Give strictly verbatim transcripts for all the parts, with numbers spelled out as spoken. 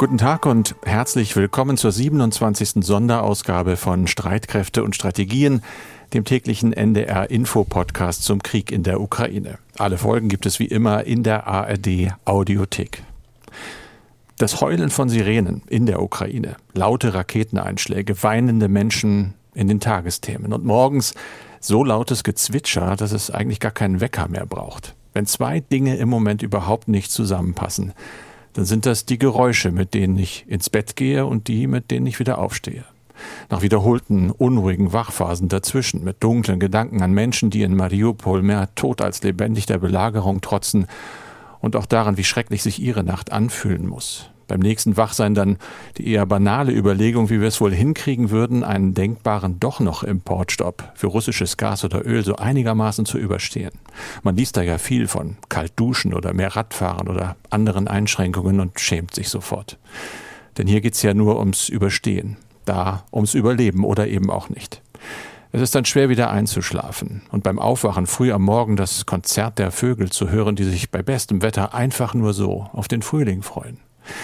Guten Tag und herzlich willkommen zur siebenundzwanzigsten Sonderausgabe von Streitkräfte und Strategien, dem täglichen N D R-Info-Podcast zum Krieg in der Ukraine. Alle Folgen gibt es wie immer in der A R D-Audiothek. Das Heulen von Sirenen in der Ukraine, laute Raketeneinschläge, weinende Menschen in den Tagesthemen und morgens so lautes Gezwitscher, dass es eigentlich gar keinen Wecker mehr braucht. Wenn zwei Dinge im Moment überhaupt nicht zusammenpassen, dann sind das die Geräusche, mit denen ich ins Bett gehe und die, mit denen ich wieder aufstehe. Nach wiederholten, unruhigen Wachphasen dazwischen, mit dunklen Gedanken an Menschen, die in Mariupol mehr tot als lebendig der Belagerung trotzen und auch daran, wie schrecklich sich ihre Nacht anfühlen muss. Beim nächsten Wachsein dann die eher banale Überlegung, wie wir es wohl hinkriegen würden, einen denkbaren doch noch Importstopp für russisches Gas oder Öl so einigermaßen zu überstehen. Man liest da ja viel von Kaltduschen oder mehr Radfahren oder anderen Einschränkungen und schämt sich sofort. Denn hier geht's ja nur ums Überstehen, da ums Überleben oder eben auch nicht. Es ist dann schwer wieder einzuschlafen und beim Aufwachen früh am Morgen das Konzert der Vögel zu hören, die sich bei bestem Wetter einfach nur so auf den Frühling freuen.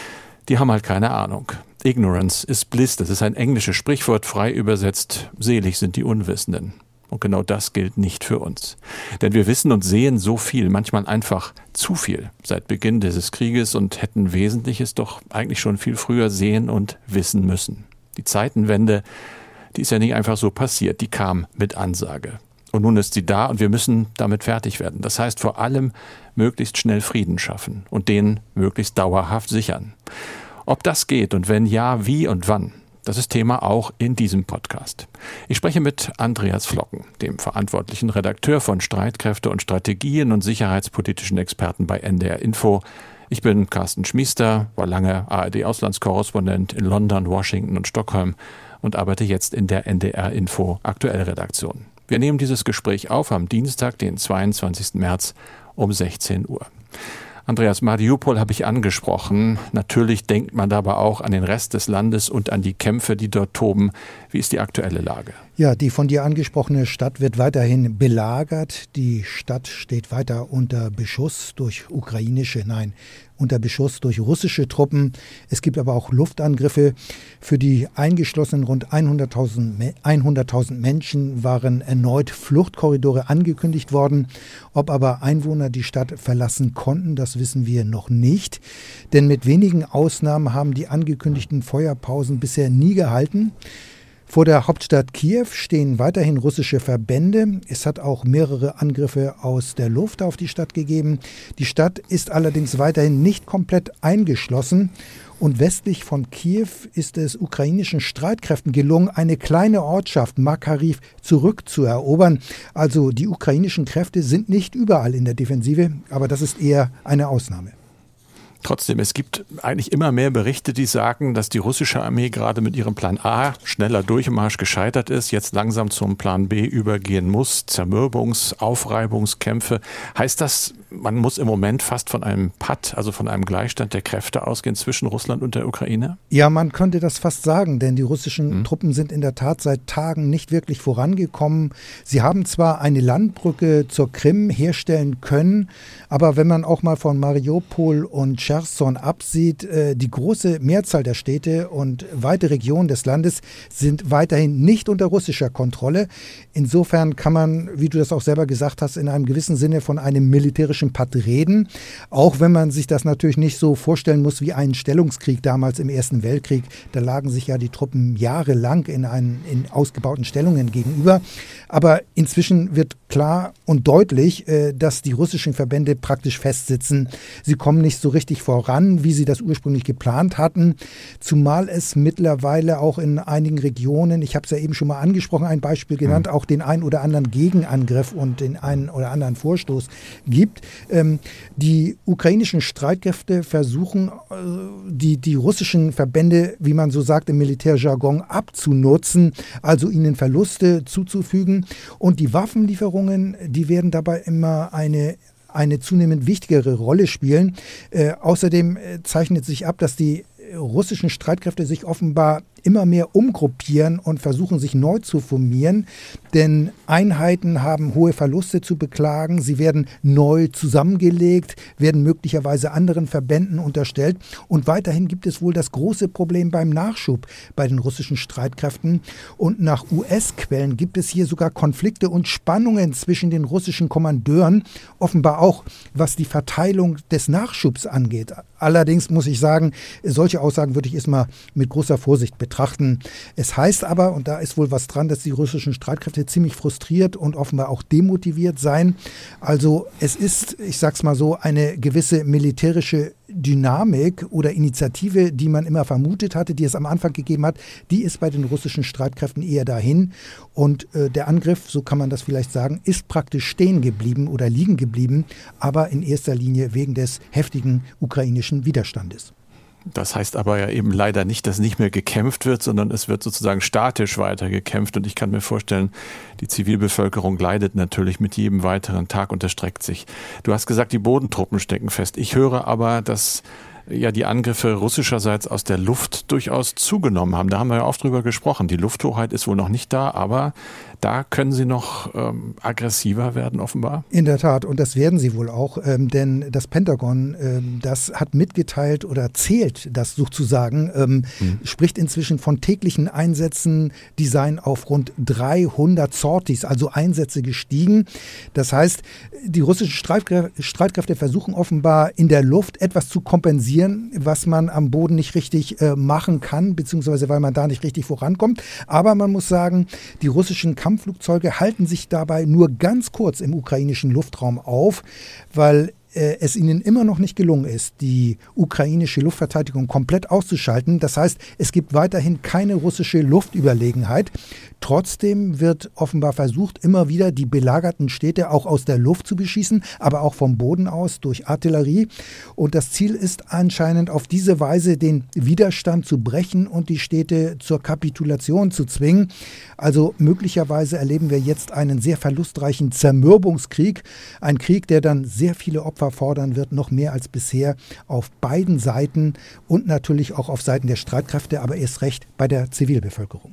Die haben halt keine Ahnung. Ignorance is bliss, das ist ein englisches Sprichwort, frei übersetzt, selig sind die Unwissenden. Und genau das gilt nicht für uns. Denn wir wissen und sehen so viel, manchmal einfach zu viel seit Beginn dieses Krieges und hätten Wesentliches doch eigentlich schon viel früher sehen und wissen müssen. Die Zeitenwende, die ist ja nicht einfach so passiert, die kam mit Ansage. Und nun ist sie da und wir müssen damit fertig werden. Das heißt vor allem möglichst schnell Frieden schaffen und den möglichst dauerhaft sichern. Ob das geht und wenn ja, wie und wann, das ist Thema auch in diesem Podcast. Ich spreche mit Andreas Flocken, dem verantwortlichen Redakteur von Streitkräfte und Strategien und sicherheitspolitischen Experten bei N D R Info. Ich bin Carsten Schmiester, war lange A R D-Auslandskorrespondent in London, Washington und Stockholm und arbeite jetzt in der N D R Info Aktuellredaktion. Wir nehmen dieses Gespräch auf am Dienstag, den zweiundzwanzigsten März um sechzehn Uhr. Andreas, Mariupol habe ich angesprochen. Natürlich denkt man dabei auch an den Rest des Landes und an die Kämpfe, die dort toben. Wie ist die aktuelle Lage? Ja, die von dir angesprochene Stadt wird weiterhin belagert. Die Stadt steht weiter unter Beschuss durch ukrainische, nein, unter Beschuss durch russische Truppen. Es gibt aber auch Luftangriffe. Für die eingeschlossenen rund hunderttausend Menschen waren erneut Fluchtkorridore angekündigt worden. Ob aber Einwohner die Stadt verlassen konnten, das wissen wir noch nicht. Denn mit wenigen Ausnahmen haben die angekündigten Feuerpausen bisher nie gehalten. Vor der Hauptstadt Kiew stehen weiterhin russische Verbände. Es hat auch mehrere Angriffe aus der Luft auf die Stadt gegeben. Die Stadt ist allerdings weiterhin nicht komplett eingeschlossen. Und westlich von Kiew ist es ukrainischen Streitkräften gelungen, eine kleine Ortschaft, Makariv, zurückzuerobern. Also die ukrainischen Kräfte sind nicht überall in der Defensive, aber das ist eher eine Ausnahme. Trotzdem, es gibt eigentlich immer mehr Berichte, die sagen, dass die russische Armee gerade mit ihrem Plan A, schneller Durchmarsch, gescheitert ist, jetzt langsam zum Plan B übergehen muss, Zermürbungs-, Aufreibungskämpfe. Heißt das, man muss im Moment fast von einem Patt, also von einem Gleichstand der Kräfte ausgehen zwischen Russland und der Ukraine? Ja, man könnte das fast sagen, denn die russischen hm. Truppen sind in der Tat seit Tagen nicht wirklich vorangekommen. Sie haben zwar eine Landbrücke zur Krim herstellen können, aber wenn man auch mal von Mariupol und Cherson absieht, äh, die große Mehrzahl der Städte und weite Regionen des Landes sind weiterhin nicht unter russischer Kontrolle. Insofern kann man, wie du das auch selber gesagt hast, in einem gewissen Sinne von einem militärischen Patt reden, auch wenn man sich das natürlich nicht so vorstellen muss wie einen Stellungskrieg damals im Ersten Weltkrieg. Da lagen sich ja die Truppen jahrelang in, einen, in ausgebauten Stellungen gegenüber. Aber inzwischen wird klar und deutlich, äh, dass die russischen Verbände praktisch festsitzen. Sie kommen nicht so richtig voran, wie sie das ursprünglich geplant hatten, zumal es mittlerweile auch in einigen Regionen, ich habe es ja eben schon mal angesprochen, ein Beispiel genannt, mhm. auch den ein oder anderen Gegenangriff und den einen oder anderen Vorstoß gibt. Ähm, die ukrainischen Streitkräfte versuchen, äh, die, die russischen Verbände, wie man so sagt im Militärjargon, abzunutzen, also ihnen Verluste zuzufügen. Und die Waffenlieferungen, die werden dabei immer eine eine zunehmend wichtigere Rolle spielen. Äh, außerdem äh, zeichnet sich ab, dass die russischen Streitkräfte sich offenbar immer mehr umgruppieren und versuchen, sich neu zu formieren. Denn Einheiten haben hohe Verluste zu beklagen. Sie werden neu zusammengelegt, werden möglicherweise anderen Verbänden unterstellt. Und weiterhin gibt es wohl das große Problem beim Nachschub bei den russischen Streitkräften. Und nach U S-Quellen gibt es hier sogar Konflikte und Spannungen zwischen den russischen Kommandeuren, offenbar auch was die Verteilung des Nachschubs angeht. Allerdings muss ich sagen, solche Aussagen würde ich erstmal mit großer Vorsicht betrachten. Es heißt aber, und da ist wohl was dran, dass die russischen Streitkräfte ziemlich frustriert und offenbar auch demotiviert seien. Also es ist, ich sag's mal so, eine gewisse militärische Dynamik oder Initiative, die man immer vermutet hatte, die es am Anfang gegeben hat, die ist bei den russischen Streitkräften eher dahin. Und äh, der Angriff, so kann man das vielleicht sagen, ist praktisch stehen geblieben oder liegen geblieben, aber in erster Linie wegen des heftigen ukrainischen Widerstandes. Das heißt aber ja eben leider nicht, dass nicht mehr gekämpft wird, sondern es wird sozusagen statisch weiter gekämpft. Und ich kann mir vorstellen, die Zivilbevölkerung leidet natürlich mit jedem weiteren Tag und erstreckt sich. Du hast gesagt, die Bodentruppen stecken fest. Ich höre aber, dass ja die Angriffe russischerseits aus der Luft durchaus zugenommen haben. Da haben wir ja oft drüber gesprochen. Die Lufthoheit ist wohl noch nicht da, aber da können sie noch ähm, aggressiver werden, offenbar. In der Tat, und das werden sie wohl auch, ähm, denn das Pentagon, ähm, das hat mitgeteilt oder zählt das sozusagen, ähm, hm. spricht inzwischen von täglichen Einsätzen, die seien auf rund dreihundert Sorties, also Einsätze gestiegen. Das heißt, die russischen Streitkräfte, Streitkräfte versuchen offenbar in der Luft etwas zu kompensieren, was man am Boden nicht richtig äh, machen kann, beziehungsweise weil man da nicht richtig vorankommt. Aber man muss sagen, die russischen Kampfflugzeuge halten sich dabei nur ganz kurz im ukrainischen Luftraum auf, weil äh, es ihnen immer noch nicht gelungen ist, die ukrainische Luftverteidigung komplett auszuschalten. Das heißt, es gibt weiterhin keine russische Luftüberlegenheit. Trotzdem wird offenbar versucht, immer wieder die belagerten Städte auch aus der Luft zu beschießen, aber auch vom Boden aus durch Artillerie. Und das Ziel ist anscheinend auf diese Weise den Widerstand zu brechen und die Städte zur Kapitulation zu zwingen. Also möglicherweise erleben wir jetzt einen sehr verlustreichen Zermürbungskrieg. Ein Krieg, der dann sehr viele Opfer fordern wird, noch mehr als bisher auf beiden Seiten und natürlich auch auf Seiten der Streitkräfte, aber erst recht bei der Zivilbevölkerung.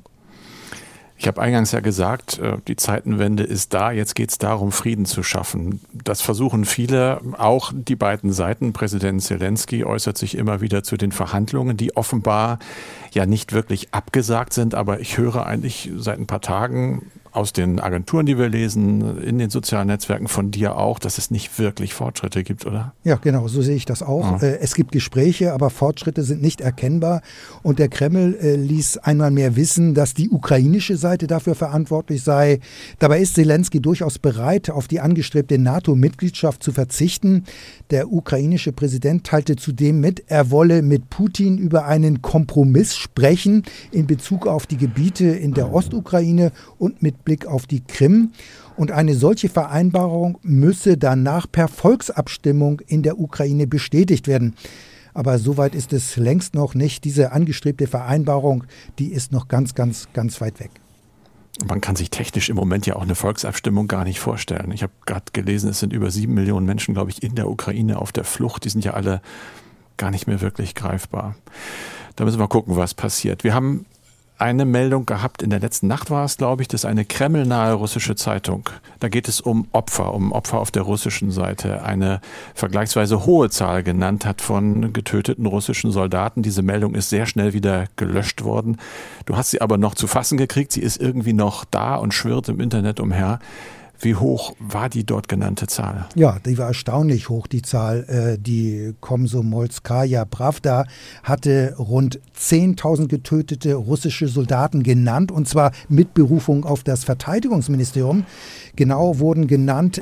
Ich habe eingangs ja gesagt, die Zeitenwende ist da, jetzt geht es darum, Frieden zu schaffen. Das versuchen viele, auch die beiden Seiten. Präsident Zelensky äußert sich immer wieder zu den Verhandlungen, die offenbar ja nicht wirklich abgesagt sind, aber ich höre eigentlich seit ein paar Tagen aus den Agenturen, die wir lesen, in den sozialen Netzwerken von dir auch, dass es nicht wirklich Fortschritte gibt, oder? Ja, genau, so sehe ich das auch. Ja. Es gibt Gespräche, aber Fortschritte sind nicht erkennbar. Und der Kreml äh, ließ einmal mehr wissen, dass die ukrainische Seite dafür verantwortlich sei. Dabei ist Zelensky durchaus bereit, auf die angestrebte NATO-Mitgliedschaft zu verzichten. Der ukrainische Präsident teilte zudem mit, er wolle mit Putin über einen Kompromiss sprechen in Bezug auf die Gebiete in der Ostukraine und mit Blick auf die Krim. Und eine solche Vereinbarung müsse danach per Volksabstimmung in der Ukraine bestätigt werden. Aber soweit ist es längst noch nicht. Diese angestrebte Vereinbarung, die ist noch ganz, ganz, ganz weit weg. Man kann sich technisch im Moment ja auch eine Volksabstimmung gar nicht vorstellen. Ich habe gerade gelesen, es sind über sieben Millionen Menschen, glaube ich, in der Ukraine auf der Flucht. Die sind ja alle gar nicht mehr wirklich greifbar. Da müssen wir gucken, was passiert. Wir haben eine Meldung gehabt, in der letzten Nacht war es, glaube ich, das ist eine kremlnahe russische Zeitung. Da geht es um Opfer, um Opfer auf der russischen Seite. Eine vergleichsweise hohe Zahl genannt hat von getöteten russischen Soldaten. Diese Meldung ist sehr schnell wieder gelöscht worden. Du hast sie aber noch zu fassen gekriegt. Sie ist irgendwie noch da und schwirrt im Internet umher. Wie hoch war die dort genannte Zahl? Ja, die war erstaunlich hoch, die Zahl. Die Komsomolskaja Prawda hatte rund zehntausend getötete russische Soldaten genannt, und zwar mit Berufung auf das Verteidigungsministerium. Genau wurden genannt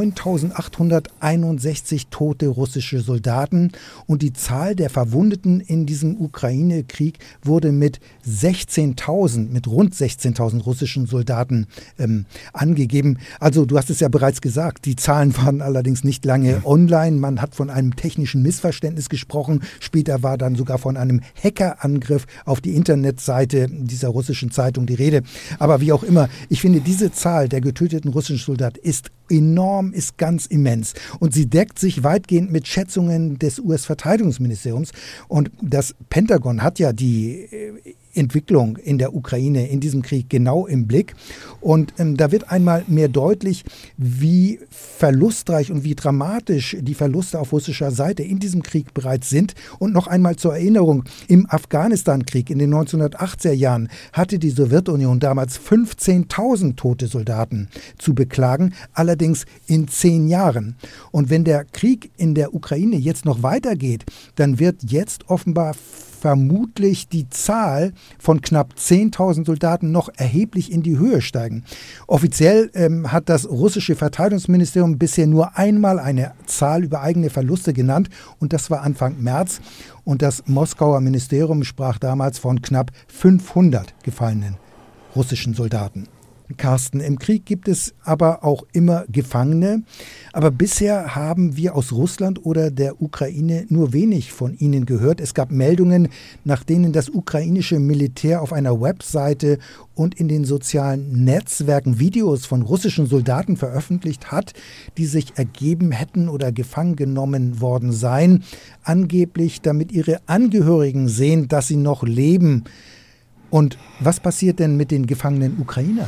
neuntausendachthunderteinundsechzig tote russische Soldaten, und die Zahl der Verwundeten in diesem Ukraine-Krieg wurde mit sechzehntausend, mit rund sechzehntausend russischen Soldaten ähm, angegeben. Also du hast es ja bereits gesagt, die Zahlen waren allerdings nicht lange online. Man hat von einem technischen Missverständnis gesprochen. Später war dann sogar von einem Hackerangriff auf die Internetseite dieser russischen Zeitung die Rede. Aber wie auch immer, ich finde, diese Zahl der getöteten russischen Soldaten ist enorm, ist ganz immens. Und sie deckt sich weitgehend mit Schätzungen des U S-Verteidigungsministeriums. Und das Pentagon hat ja die Entwicklung in der Ukraine, in diesem Krieg genau im Blick. Und ähm, da wird einmal mehr deutlich, wie verlustreich und wie dramatisch die Verluste auf russischer Seite in diesem Krieg bereits sind. Und noch einmal zur Erinnerung, im Afghanistan-Krieg in den neunzehnhundertachtziger Jahren hatte die Sowjetunion damals fünfzehntausend tote Soldaten zu beklagen, allerdings in zehn Jahren. Und wenn der Krieg in der Ukraine jetzt noch weitergeht, dann wird jetzt offenbar vermutlich die Zahl von knapp zehntausend Soldaten noch erheblich in die Höhe steigen. Offiziell ähm, hat das russische Verteidigungsministerium bisher nur einmal eine Zahl über eigene Verluste genannt und das war Anfang März. Und das Moskauer Ministerium sprach damals von knapp fünfhundert gefallenen russischen Soldaten. Carsten, im Krieg gibt es aber auch immer Gefangene. Aber bisher haben wir aus Russland oder der Ukraine nur wenig von ihnen gehört. Es gab Meldungen, nach denen das ukrainische Militär auf einer Webseite und in den sozialen Netzwerken Videos von russischen Soldaten veröffentlicht hat, die sich ergeben hätten oder gefangen genommen worden seien. Angeblich, damit ihre Angehörigen sehen, dass sie noch leben. Und was passiert denn mit den gefangenen Ukrainern?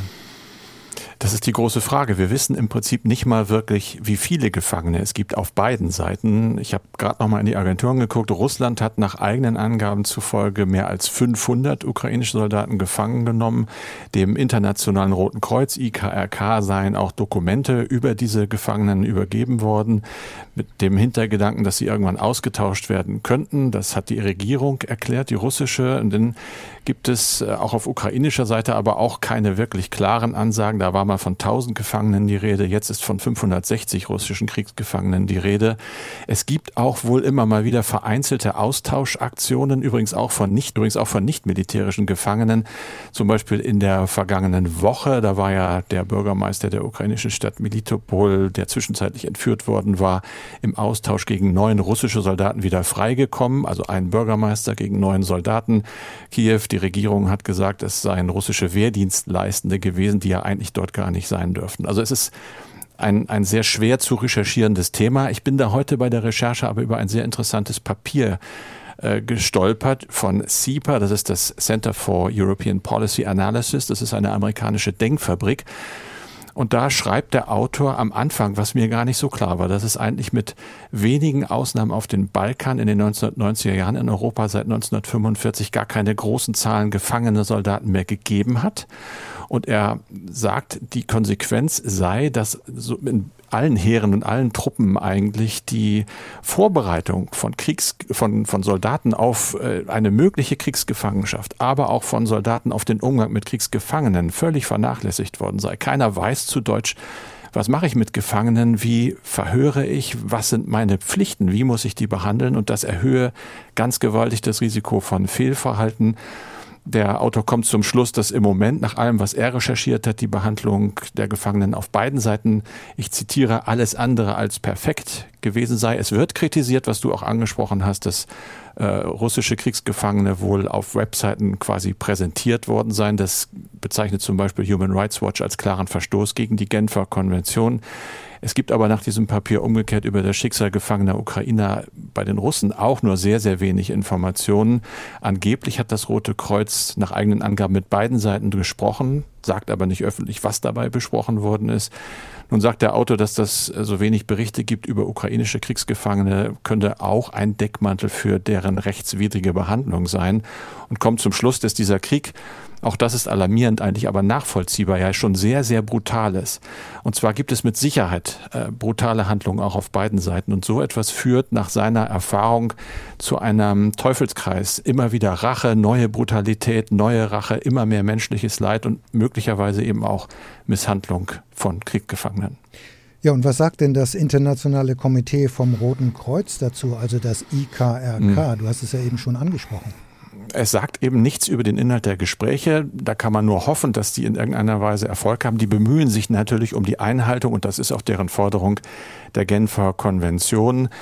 Das ist die große Frage. Wir wissen im Prinzip nicht mal wirklich, wie viele Gefangene es gibt auf beiden Seiten. Ich habe gerade noch mal in die Agenturen geguckt. Russland hat nach eigenen Angaben zufolge mehr als fünfhundert ukrainische Soldaten gefangen genommen. Dem Internationalen Roten Kreuz, I K R K, seien auch Dokumente über diese Gefangenen übergeben worden, mit dem Hintergedanken, dass sie irgendwann ausgetauscht werden könnten. Das hat die Regierung erklärt, die russische. Und dann gibt es auch auf ukrainischer Seite aber auch keine wirklich klaren Ansagen. Da war mal von tausend Gefangenen die Rede, jetzt ist von fünfhundertsechzig russischen Kriegsgefangenen die Rede. Es gibt auch wohl immer mal wieder vereinzelte Austauschaktionen, übrigens auch von nicht, übrigens auch von nicht militärischen Gefangenen. Zum Beispiel in der vergangenen Woche, da war ja der Bürgermeister der ukrainischen Stadt Melitopol, der zwischenzeitlich entführt worden war, im Austausch gegen neun russische Soldaten wieder freigekommen. Also ein Bürgermeister gegen neun Soldaten. Kiew, die Regierung hat gesagt, es seien russische Wehrdienstleistende gewesen, die ja eigentlich dort gar nicht sein dürften. Also es ist ein, ein sehr schwer zu recherchierendes Thema. Ich bin da heute bei der Recherche aber über ein sehr interessantes Papier äh, gestolpert von C I P A, das ist das Center for European Policy Analysis, das ist eine amerikanische Denkfabrik. Und da schreibt der Autor am Anfang, was mir gar nicht so klar war, dass es eigentlich mit wenigen Ausnahmen auf den Balkan in den neunzehnhundertneunziger Jahren in Europa seit neunzehnhundertfünfundvierzig gar keine großen Zahlen gefangene Soldaten mehr gegeben hat. Und er sagt, die Konsequenz sei, dass so in allen Heeren und allen Truppen eigentlich die Vorbereitung von Kriegs, von, von Soldaten auf eine mögliche Kriegsgefangenschaft, aber auch von Soldaten auf den Umgang mit Kriegsgefangenen völlig vernachlässigt worden sei. Keiner weiß zu Deutsch, was mache ich mit Gefangenen, wie verhöre ich, was sind meine Pflichten, wie muss ich die behandeln, und das erhöhe ganz gewaltig das Risiko von Fehlverhalten. Der Autor kommt zum Schluss, dass im Moment, nach allem, was er recherchiert hat, die Behandlung der Gefangenen auf beiden Seiten, ich zitiere, alles andere als perfekt gewesen sei. Es wird kritisiert, was du auch angesprochen hast, dass äh, russische Kriegsgefangene wohl auf Webseiten quasi präsentiert worden seien. Das bezeichnet zum Beispiel Human Rights Watch als klaren Verstoß gegen die Genfer Konvention. Es gibt aber nach diesem Papier umgekehrt über das Schicksal gefangener Ukrainer bei den Russen auch nur sehr, sehr wenig Informationen. Angeblich hat das Rote Kreuz nach eigenen Angaben mit beiden Seiten gesprochen, sagt aber nicht öffentlich, was dabei besprochen worden ist. Nun sagt der Autor, dass das so wenig Berichte gibt über ukrainische Kriegsgefangene, könnte auch ein Deckmantel für deren rechtswidrige Behandlung sein, und kommt zum Schluss, dass dieser Krieg, auch das ist alarmierend eigentlich, aber nachvollziehbar, ja schon sehr, sehr brutal ist. Und zwar gibt es mit Sicherheit äh, brutale Handlungen auch auf beiden Seiten. Und so etwas führt nach seiner Erfahrung zu einem Teufelskreis. Immer wieder Rache, neue Brutalität, neue Rache, immer mehr menschliches Leid und möglicherweise eben auch Misshandlung von Kriegsgefangenen. Ja, und was sagt denn das Internationale Komitee vom Roten Kreuz dazu, also das I K R K? Hm. Du hast es ja eben schon angesprochen. Es sagt eben nichts über den Inhalt der Gespräche. Da kann man nur hoffen, dass die in irgendeiner Weise Erfolg haben. Die bemühen sich natürlich um die Einhaltung, und das ist auch deren Forderung, der Genfer Konvention.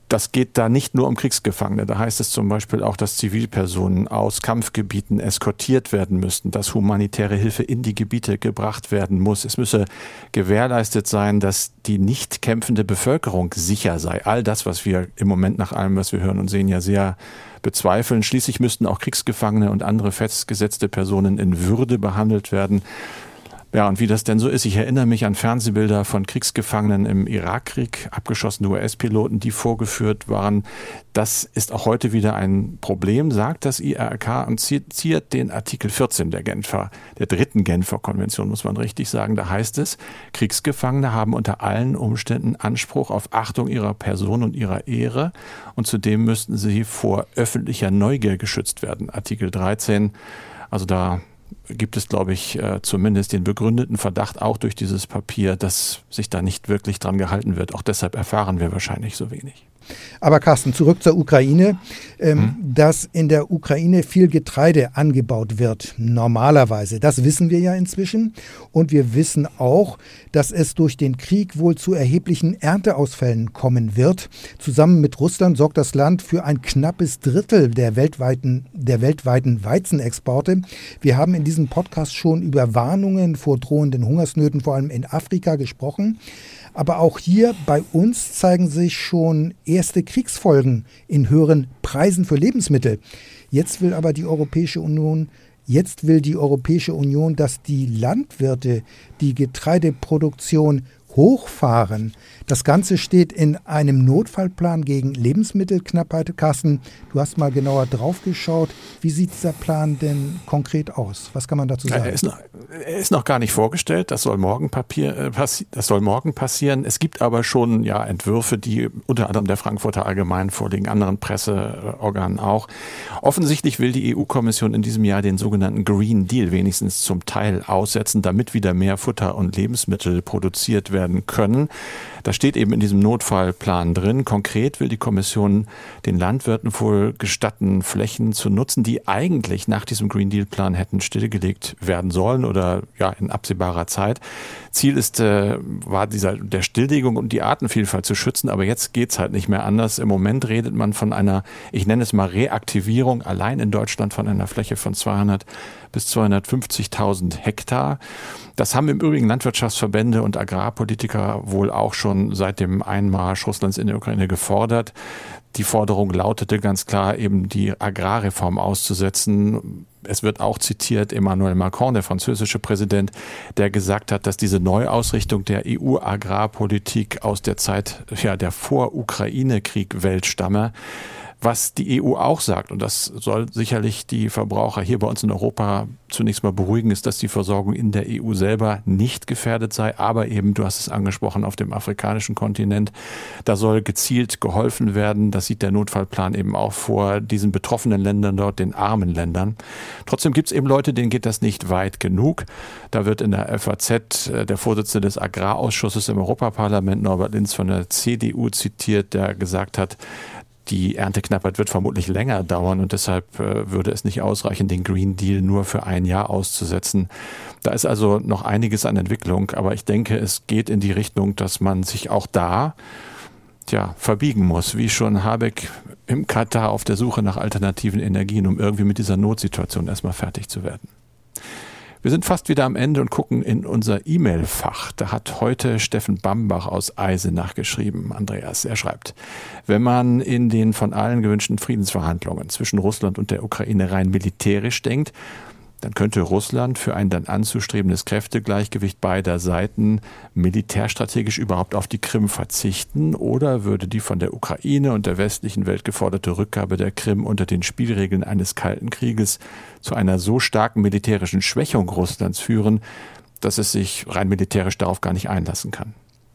Das geht da nicht nur um Kriegsgefangene. Da heißt es zum Beispiel auch, dass Zivilpersonen aus Kampfgebieten eskortiert werden müssten, dass humanitäre Hilfe in die Gebiete gebracht werden muss. Es müsse gewährleistet sein, dass die nicht kämpfende Bevölkerung sicher sei. All das, was wir im Moment nach allem, was wir hören und sehen, ja sehr bezweifeln. Schließlich müssten auch Kriegsgefangene und andere festgesetzte Personen in Würde behandelt werden. Ja, und wie das denn so ist, ich erinnere mich an Fernsehbilder von Kriegsgefangenen im Irakkrieg, abgeschossene U S-Piloten, die vorgeführt waren. Das ist auch heute wieder ein Problem, sagt das I R K und zitiert den Artikel vierzehn der Genfer, der dritten Genfer Konvention, muss man richtig sagen. Da heißt es, Kriegsgefangene haben unter allen Umständen Anspruch auf Achtung ihrer Person und ihrer Ehre und zudem müssten sie vor öffentlicher Neugier geschützt werden. Artikel dreizehn, also da gibt es, glaube ich, zumindest den begründeten Verdacht auch durch dieses Papier, dass sich da nicht wirklich dran gehalten wird. Auch deshalb erfahren wir wahrscheinlich so wenig. Aber Carsten, zurück zur Ukraine. Ähm, hm. Dass in der Ukraine viel Getreide angebaut wird, normalerweise. Das wissen wir ja inzwischen. Und wir wissen auch, dass es durch den Krieg wohl zu erheblichen Ernteausfällen kommen wird. Zusammen mit Russland sorgt das Land für ein knappes Drittel der weltweiten, der weltweiten Weizenexporte. Wir haben in diesem Podcast schon über Warnungen vor drohenden Hungersnöten, vor allem in Afrika, gesprochen. Aber auch hier bei uns zeigen sich schon erste Kriegsfolgen in höheren Preisen für Lebensmittel. Jetzt will aber die Europäische Union, jetzt will die Europäische Union, dass die Landwirte die Getreideproduktion hochfahren. Das Ganze steht in einem Notfallplan gegen Lebensmittelknappheit. Carsten, du hast mal genauer drauf geschaut. Wie sieht dieser Plan denn konkret aus? Was kann man dazu sagen? Er ist noch, er ist noch gar nicht vorgestellt. Das soll morgen Papier, äh, passi- das soll morgen passieren. Es gibt aber schon ja, Entwürfe, die unter anderem der Frankfurter Allgemeinen vorliegen, anderen Presseorganen auch. Offensichtlich will die E U-Kommission in diesem Jahr den sogenannten Green Deal wenigstens zum Teil aussetzen, damit wieder mehr Futter und Lebensmittel produziert werden können. Das steht eben in diesem Notfallplan drin. Konkret will die Kommission den Landwirten wohl gestatten, Flächen zu nutzen, die eigentlich nach diesem Green Deal Plan hätten stillgelegt werden sollen oder ja in absehbarer Zeit. Ziel ist, äh, war dieser der Stilllegung und die Artenvielfalt zu schützen, aber jetzt geht's halt nicht mehr anders. Im Moment redet man von einer, ich nenne es mal Reaktivierung, allein in Deutschland von einer Fläche von zweihundert bis zweihundertfünfzigtausend Hektar. Das haben im Übrigen Landwirtschaftsverbände und Agrarpolitiker wohl auch schon seit dem Einmarsch Russlands in der Ukraine gefordert. Die Forderung lautete ganz klar, eben die Agrarreform auszusetzen. Es wird auch zitiert Emmanuel Macron, der französische Präsident, der gesagt hat, dass diese Neuausrichtung der E U-Agrarpolitik aus der Zeit ja, der Vor-Ukraine-Krieg-Welt stamme. Was die E U auch sagt, und das soll sicherlich die Verbraucher hier bei uns in Europa zunächst mal beruhigen, ist, dass die Versorgung in der E U selber nicht gefährdet sei, aber eben, du hast es angesprochen, auf dem afrikanischen Kontinent. Da soll gezielt geholfen werden. Das sieht der Notfallplan eben auch vor, diesen betroffenen Ländern dort, den armen Ländern. Trotzdem gibt es eben Leute, denen geht das nicht weit genug. Da wird in der F A Z der Vorsitzende des Agrarausschusses im Europaparlament, Norbert Linz von der C D U, zitiert, der gesagt hat, die Ernteknappheit wird vermutlich länger dauern und deshalb äh, würde es nicht ausreichen, den Green Deal nur für ein Jahr auszusetzen. Da ist also noch einiges an Entwicklung, aber ich denke, es geht in die Richtung, dass man sich auch da tja, verbiegen muss, wie schon Habeck im Katar auf der Suche nach alternativen Energien, um irgendwie mit dieser Notsituation erstmal fertig zu werden. Wir sind fast wieder am Ende und gucken in unser E-Mail-Fach. Da hat heute Steffen Bambach aus Eisenach geschrieben, Andreas. Er schreibt, wenn man in den von allen gewünschten Friedensverhandlungen zwischen Russland und der Ukraine rein militärisch denkt, dann könnte Russland für ein dann anzustrebendes Kräftegleichgewicht beider Seiten militärstrategisch überhaupt auf die Krim verzichten oder würde die von der Ukraine und der westlichen Welt geforderte Rückgabe der Krim unter den Spielregeln eines Kalten Krieges zu einer so starken militärischen Schwächung Russlands führen, dass es sich rein militärisch darauf gar nicht einlassen kann?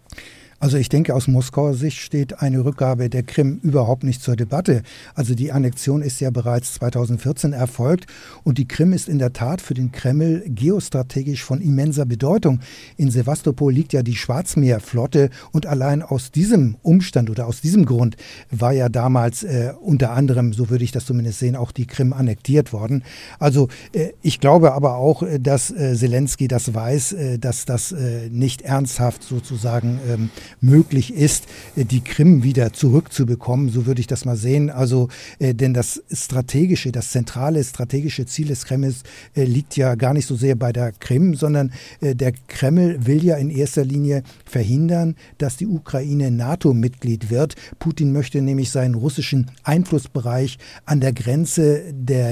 Also ich denke, aus Moskauer Sicht steht eine Rückgabe der Krim überhaupt nicht zur Debatte. Also die Annexion ist ja bereits zweitausendvierzehn erfolgt und die Krim ist in der Tat für den Kreml geostrategisch von immenser Bedeutung. In Sewastopol liegt ja die Schwarzmeerflotte und allein aus diesem Umstand oder aus diesem Grund war ja damals äh, unter anderem, so würde ich das zumindest sehen, auch die Krim annektiert worden. Also äh, ich glaube aber auch, dass äh, Zelensky das weiß, äh, dass das äh, nicht ernsthaft sozusagen ähm, möglich ist, die Krim wieder zurückzubekommen. So würde ich das mal sehen. Also, äh, denn das strategische, das zentrale strategische Ziel des Kremls äh, liegt ja gar nicht so sehr bei der Krim, sondern äh, der Kreml will ja in erster Linie verhindern, dass die Ukraine NATO-Mitglied wird. Putin möchte nämlich seinen russischen Einflussbereich an der Grenze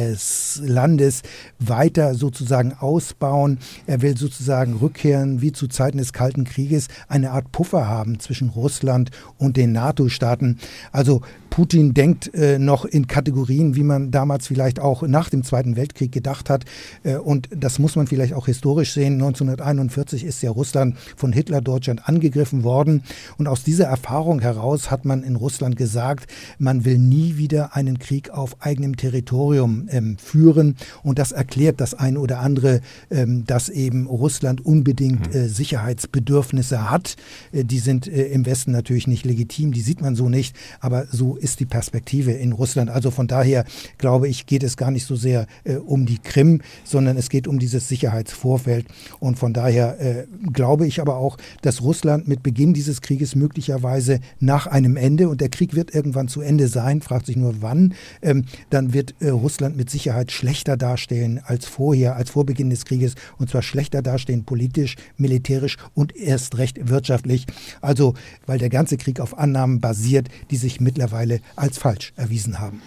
des Landes weiter sozusagen ausbauen. Er will sozusagen rückkehren wie zu Zeiten des Kalten Krieges, eine Art Puffer haben zwischen Russland und den NATO-Staaten. Also Putin denkt äh, noch in Kategorien, wie man damals vielleicht auch nach dem Zweiten Weltkrieg gedacht hat. Äh, und das muss man vielleicht auch historisch sehen. neunzehnhunderteinundvierzig ist ja Russland von Hitler-Deutschland angegriffen worden. Und aus dieser Erfahrung heraus hat man in Russland gesagt, man will nie wieder einen Krieg auf eigenem Territorium ähm, führen. Und das erklärt das eine oder andere, ähm, dass eben Russland unbedingt äh, Sicherheitsbedürfnisse hat. Äh, die sind äh, im Westen natürlich nicht legitim, die sieht man so nicht. Aber so ist die Perspektive in Russland. Also von daher, glaube ich, geht es gar nicht so sehr äh, um die Krim, sondern es geht um dieses Sicherheitsvorfeld. Und von daher äh, glaube ich aber auch, dass Russland mit Beginn dieses Krieges möglicherweise nach einem Ende, und der Krieg wird irgendwann zu Ende sein, fragt sich nur wann, ähm, dann wird äh, Russland mit Sicherheit schlechter dastehen als vorher, als vor Beginn des Krieges, und zwar schlechter dastehen politisch, militärisch und erst recht wirtschaftlich. Also, weil der ganze Krieg auf Annahmen basiert, die sich mittlerweile als falsch erwiesen haben.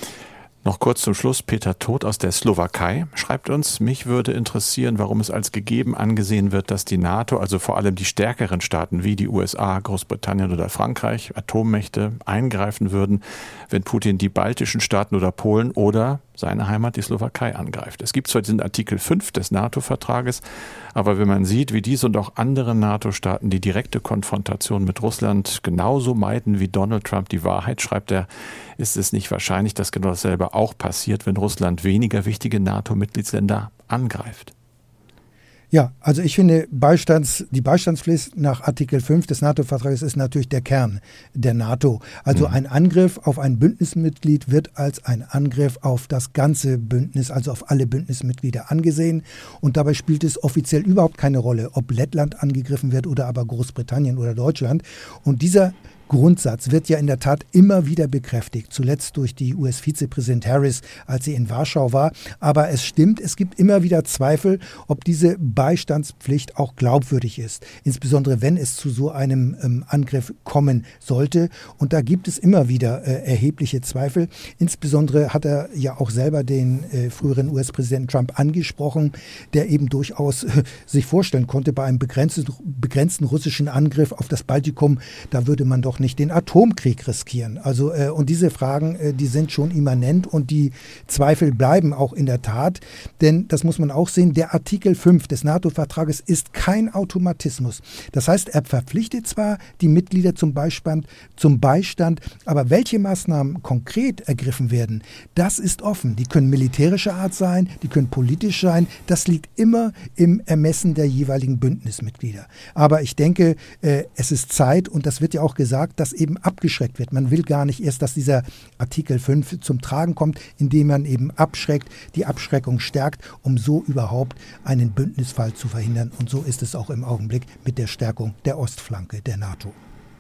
Noch kurz zum Schluss, Peter Todt aus der Slowakei schreibt uns, mich würde interessieren, warum es als gegeben angesehen wird, dass die NATO, also vor allem die stärkeren Staaten wie die U S A, Großbritannien oder Frankreich, Atommächte, eingreifen würden, wenn Putin die baltischen Staaten oder Polen oder seine Heimat, die Slowakei, angreift. Es gibt zwar diesen Artikel fünf des NATO-Vertrages, aber wenn man sieht, wie dies und auch andere NATO-Staaten die direkte Konfrontation mit Russland genauso meiden wie Donald Trump die Wahrheit, schreibt er, ist es nicht wahrscheinlich, dass genau dasselbe auch passiert, wenn Russland weniger wichtige NATO-Mitgliedsländer angreift. Ja, also ich finde, Beistands, die Beistandspflicht nach Artikel fünf des NATO-Vertrages ist natürlich der Kern der NATO. Also ein Angriff auf ein Bündnismitglied wird als ein Angriff auf das ganze Bündnis, also auf alle Bündnismitglieder angesehen. Und dabei spielt es offiziell überhaupt keine Rolle, ob Lettland angegriffen wird oder aber Großbritannien oder Deutschland. Und dieser Grundsatz wird ja in der Tat immer wieder bekräftigt, zuletzt durch die U S-Vizepräsident Harris, als sie in Warschau war. Aber es stimmt, es gibt immer wieder Zweifel, ob diese Beistandspflicht auch glaubwürdig ist, insbesondere wenn es zu so einem ähm, Angriff kommen sollte. Und da gibt es immer wieder äh, erhebliche Zweifel. Insbesondere hat er ja auch selber den äh, früheren U S-Präsidenten Trump angesprochen, der eben durchaus äh, sich vorstellen konnte, bei einem begrenzten, begrenzten russischen Angriff auf das Baltikum, da würde man doch nicht den Atomkrieg riskieren. Also äh, und diese Fragen, äh, die sind schon immanent und die Zweifel bleiben auch in der Tat, denn das muss man auch sehen, der Artikel fünf des NATO-Vertrages ist kein Automatismus. Das heißt, er verpflichtet zwar die Mitglieder zum Beistand, zum Beistand, aber welche Maßnahmen konkret ergriffen werden, das ist offen. Die können militärischer Art sein, die können politisch sein, das liegt immer im Ermessen der jeweiligen Bündnismitglieder. Aber ich denke, äh, es ist Zeit, und das wird ja auch gesagt, dass eben abgeschreckt wird. Man will gar nicht erst, dass dieser Artikel fünf zum Tragen kommt, indem man eben abschreckt, die Abschreckung stärkt, um so überhaupt einen Bündnisfall zu verhindern. Und so ist es auch im Augenblick mit der Stärkung der Ostflanke der NATO.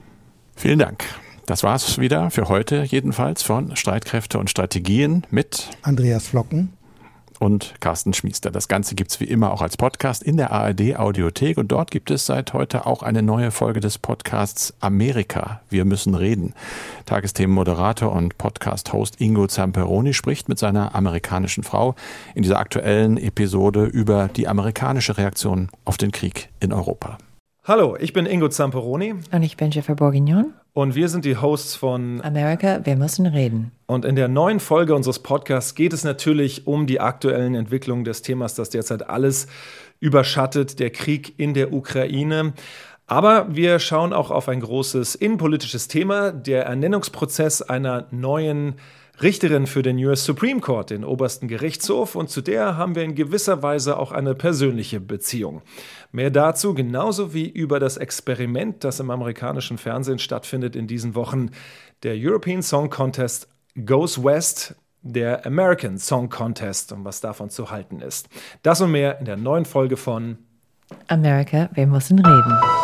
Vielen Dank. Das war's wieder für heute jedenfalls von Streitkräfte und Strategien mit Andreas Flocken und Carsten Schmiester. Das Ganze gibt's wie immer auch als Podcast in der A R D-Audiothek, und dort gibt es seit heute auch eine neue Folge des Podcasts Amerika. Wir müssen reden. Tagesthemenmoderator und Podcast-Host Ingo Zamperoni spricht mit seiner amerikanischen Frau in dieser aktuellen Episode über die amerikanische Reaktion auf den Krieg in Europa. Hallo, ich bin Ingo Zamperoni. Und ich bin Jennifer Bourguignon. Und wir sind die Hosts von Amerika, wir müssen reden. Und in der neuen Folge unseres Podcasts geht es natürlich um die aktuellen Entwicklungen des Themas, das derzeit alles überschattet, der Krieg in der Ukraine. Aber wir schauen auch auf ein großes innenpolitisches Thema, der Ernennungsprozess einer neuen Richterin für den U S Supreme Court, den obersten Gerichtshof, und zu der haben wir in gewisser Weise auch eine persönliche Beziehung. Mehr dazu, genauso wie über das Experiment, das im amerikanischen Fernsehen stattfindet in diesen Wochen, der European Song Contest Goes West, der American Song Contest, und was davon zu halten ist. Das und mehr in der neuen Folge von Amerika, wir müssen reden.